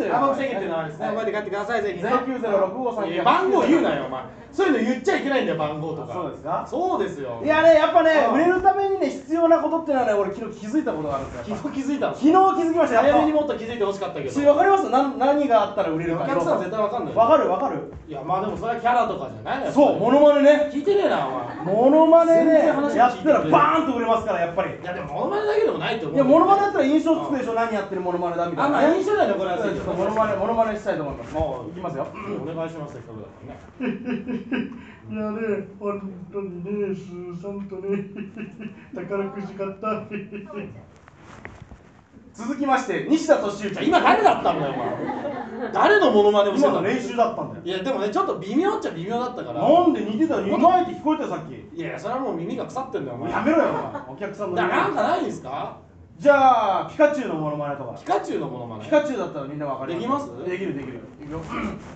タバコ宣言っていうのはですね、覚えて帰ってください、ぜひ。 0906539。 番号言うなよ、お前。そういうの言っちゃいけないんだよ、番号とか。 そうですか？ そうですよ。 いやね、やっぱね、売れるためにね、必要なことっていうのはね、俺昨日気づいたことがあるんですよ。 昨日気づいたの？ 昨日気づきました。 早めにもっと気づいてほしかったけど。 わかります？何があったら売れるか。 お客さん絶対わかんない。 わかる。 いや、まあでもそれはキャラとかじゃない。 そう、モノマネね。 聞いてねえな、お前。 モノマネね、やったらバーンと売れますから、やっぱり。 いや、でもモノマネだけでもないと思う。 いや、モノマネだったら印象つくでしょ、何やってるモノマネだみたいな。 あ、まあ印象だよね、これは。 ちょっとモノマネしたいと思います。もう、いきますよ。 お願いします、せっかくだからね。 いやね、本当にね、スーさんとね、宝くじ買った。 続きまして、西田敏行。 今誰だったんだよ、お前。誰のモノマネをしてたの？ 今の練習だったんだよ。 いや、でもね、ちょっと微妙っちゃ微妙だったから。 なんで似てたの？うまいって聞こえたよ、さっき。 いや、それはもう耳が腐ってんだよ、お前。 やめろよ、お前。お客さんの。 なんかないですか？ じゃあ、ピカチュウのモノマネとか。 ピカチュウのモノマネ。 ピカチュウだったらみんなわかります。 できます？ できる。いくよ。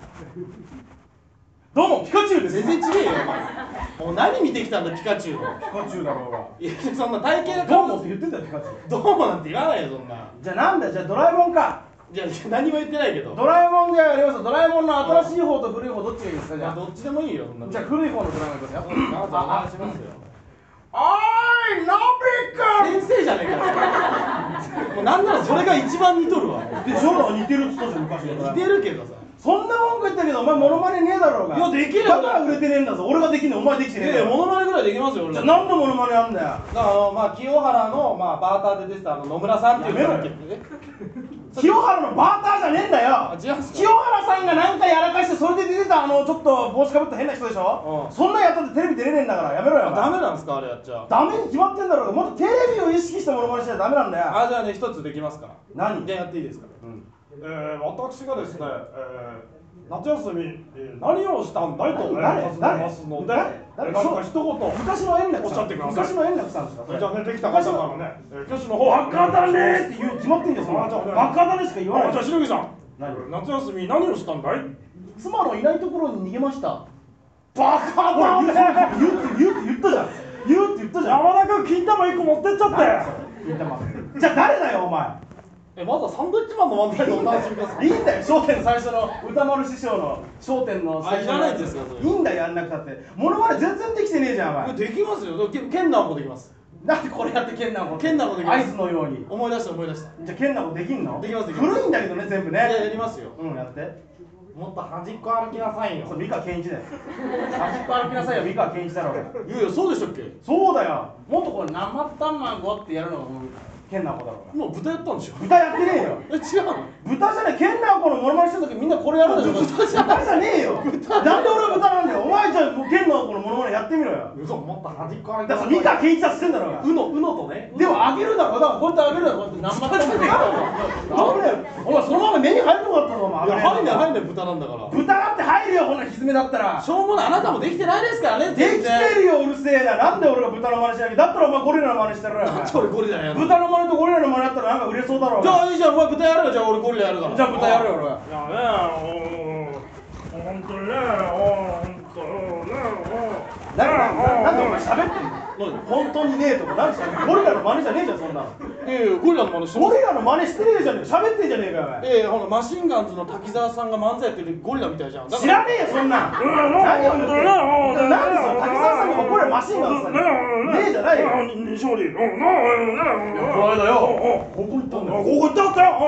どうも、ピカチュウです。 全然違えよ、お前。もう何見てきたんだ、ピカチュウの。 ピカチュウだろうが。 いや、そんな体型どうもって言ってんだよ、ピカチュウ。 どうもなんて言わないよ、そんな。 じゃあなんだ、じゃあドラえもんか。 いや、何も言ってないけど。 ドラえもんでやりますよ。ドラえもんの新しい方と古い方どっちがいいですか？じゃあどっちでもいいよ、そんな。 じゃあ古い方のドラえもんいきますよ。 お願いしますよ。 おーい、のび先生じゃねえかよ。もうなんならそれが一番似とるわ。 でしょ？似てるっつったじゃん、昔の。 似てるけどさ。 そんな文句言ったけど、お前モノマネねえだろうが。 いや、できるよ。 だから売れてねえんだぞ。俺ができんの、お前できてねえんだよ。 モノマネぐらいできますよ、俺。 じゃあ何のモノマネあんだよ。 まあ清原のバーターで出てた野村さんっていう人だっけ。 清原のバーターじゃねえんだよ。 違うんすか？ 清原さんが何かやらかしてそれで出てたちょっと帽子かぶった変な人でしょ。そんなんやったってテレビ出れねえんだからやめろよ。 ダメなんすか、あれやっちゃ。 ダメに決まってんだろうが。もっとテレビを意識したモノマネしないとダメなんだよ。 じゃあね、一つできますから。 何？ じゃあやっていいですか？私がですね、夏休み何をしたんだいと尋ねますので、なんか一言昔の円楽さん。 おっしゃってください。 昔の円楽さんですか？ じゃあね、できた方からね、挙手の方。 バカだねって言う決まってんじゃん。そんなバカだねしか言わない。 じゃあ、しのぎさん、夏休み何をしたんだい？ 妻のいないところに逃げました。 バカだね。 言うって言ったじゃん。 山田君、金玉1個持ってっちゃって。 金玉。じゃあ誰だよお前。 まずはサンドイッチマンの漫才でお楽しみください。 いいんだよ、笑点最初の歌丸師匠の笑点の最初の。 いらないですよ、それ。 いいんだよ、やんなくたって。モノマネ全然できてねえじゃん、お前。 できますよ。剣なんこできます。 なんでこれやって剣なんこできます。 合図のように。 思い出した。 じゃあ剣なんこできんの？ できます。 古いんだけどね、全部ね。 やりますよ。 やって。 もっと端っこ歩きなさいよ。 それ三河健一だよ。端っこ歩きなさいよ、三河健一だろ。 いやいや、そうでしたっけ？ そうだよ。もっとこれ生卵ってやるのが剣なんこだろうが。 もう豚やったんでしょ？ 豚やってねえよ。 違うの？ 豚じゃねえ、剣なんこのモノマネした時みんなこれやるでしょ。豚じゃねえよ。なんで俺は豚なんだよ。お前じゃあ剣なんこのモノマネやってみろよ。 嘘、もっと端っこ歩きだから三河健一だっつってんだろうが。 うのとね。 でもあげるだろ。だからこうやってあげるだろ。こうやって生卵で。お前そのまま目に入るのかったぞお前。 入んない豚なんだから。 豚だって入るよ、こんなひずめだったら。 しょうもない、あなたもできてないですからね。 できてるよ、うるせえな。なんで俺が豚の真似しなきゃ。だったらお前ゴリラの真似してるよ。 俺ゴリラやる。 豚の真似とゴリラの真似だったらなんか売れそうだろう。 じゃあいいじゃん、お前豚やるよ。じゃあ俺ゴリラやるから。 じゃあ豚やるよ俺。 いやね、本当にね、本当ね、 なんでお前喋ってんの？本当にねえとか何喋ってんの？ゴリラの真似じゃねえじゃん、そんなの。 ゴリラの真似してます。 ゴリラの真似してねえじゃねえか。喋ってんじゃねえかよお前。 ほらマシンガンズの滝沢さんが漫才やってるゴリラみたいじゃん。 知らねえよそんなん。何を言ってんの？なんでその滝沢さんがゴリラマシンガンズさんねえじゃないよ。 勝利。 この間よ、ここ行ったんだよ。 ここ行ったってよ。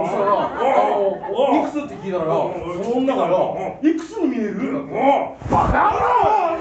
いくつって聞いたらよ、その女がよ、いくつに見える？バカ野郎！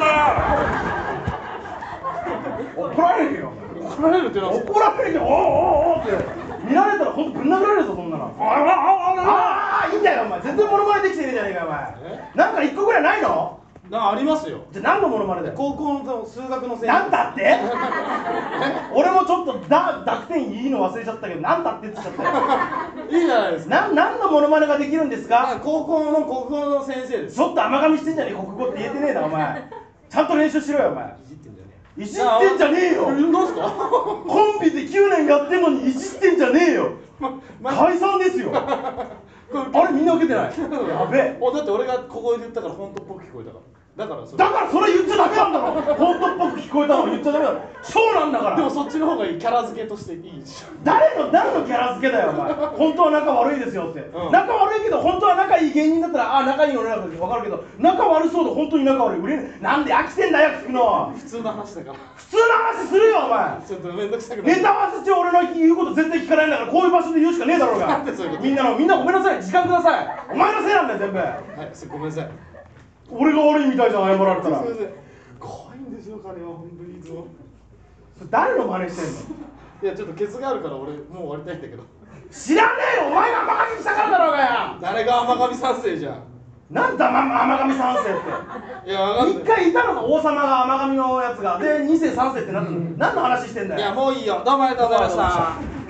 怒られるよ。 怒られるってなんですか？ 怒られるよ。おって見られたらほんとぶん殴られるぞそんなの。いいんだよお前。全然モノマネできてねえじゃねえかお前。なんか一個ぐらいないの？ ありますよ。 じゃあ何のモノマネだよ。 高校の数学の先生。 なんだって？俺もちょっと濁点いいの忘れちゃったけど、なんだってって言っちゃったよ。 いいじゃないですか。 何のモノマネができるんですか？ 高校の国語の先生です。 ちょっと甘噛みしてんじゃねえ。国語って言えてねえなお前。ちゃんと練習しろよお前。 いじってんじゃねいじってんじゃねえよ。 なんすか？ コンビで9年やってんのにいじってんじゃねえよ。解散ですよ。あれみんな受けてない。やべえ。 だって俺がここで言ったから本当っぽく聞こえたから。 だからそれだからそれ言っちゃダメなんだろ。本当っぽく聞こえたの言っちゃダメだろ。そうなんだから。 でもそっちの方がいい、キャラ付けとしていいでしょ。 誰のキャラ付けだよお前。本当は仲悪いですよって、仲悪いけど本当は仲いい芸人だったらあ仲いいのね分かるけど、仲悪そうで本当に仲悪い売れねえ。なんで飽きてんだよ聞くの。 普通の話だから。 普通の話するよお前。 ちょっとめんどくさくなネタ合わせ中俺の言うこと絶対聞かないんだから、こういう場所で言うしかねえだろうが。 なんでそういうこと。 みんなごめんなさい、時間ください。お前のせいなんだよ全部。 はい、ごめんなさい。 俺が悪いみたいじゃん、謝られたら。 すいません。怖いんですよ彼は本当にいつも。 それ誰の真似してんの。 いやちょっとケツがあるから俺もう終わりたいんだけど。 知らねえよ、お前が甘噛みしたからだろうがよ。 誰が甘神三世じゃん。 なんだ甘噛み三世って。 いやわかんない。 一回いたのか、王様が甘噛みのやつがで2世3世ってなったの、何の話してんだよ。 いやもういいよ、どうもありがとうございました。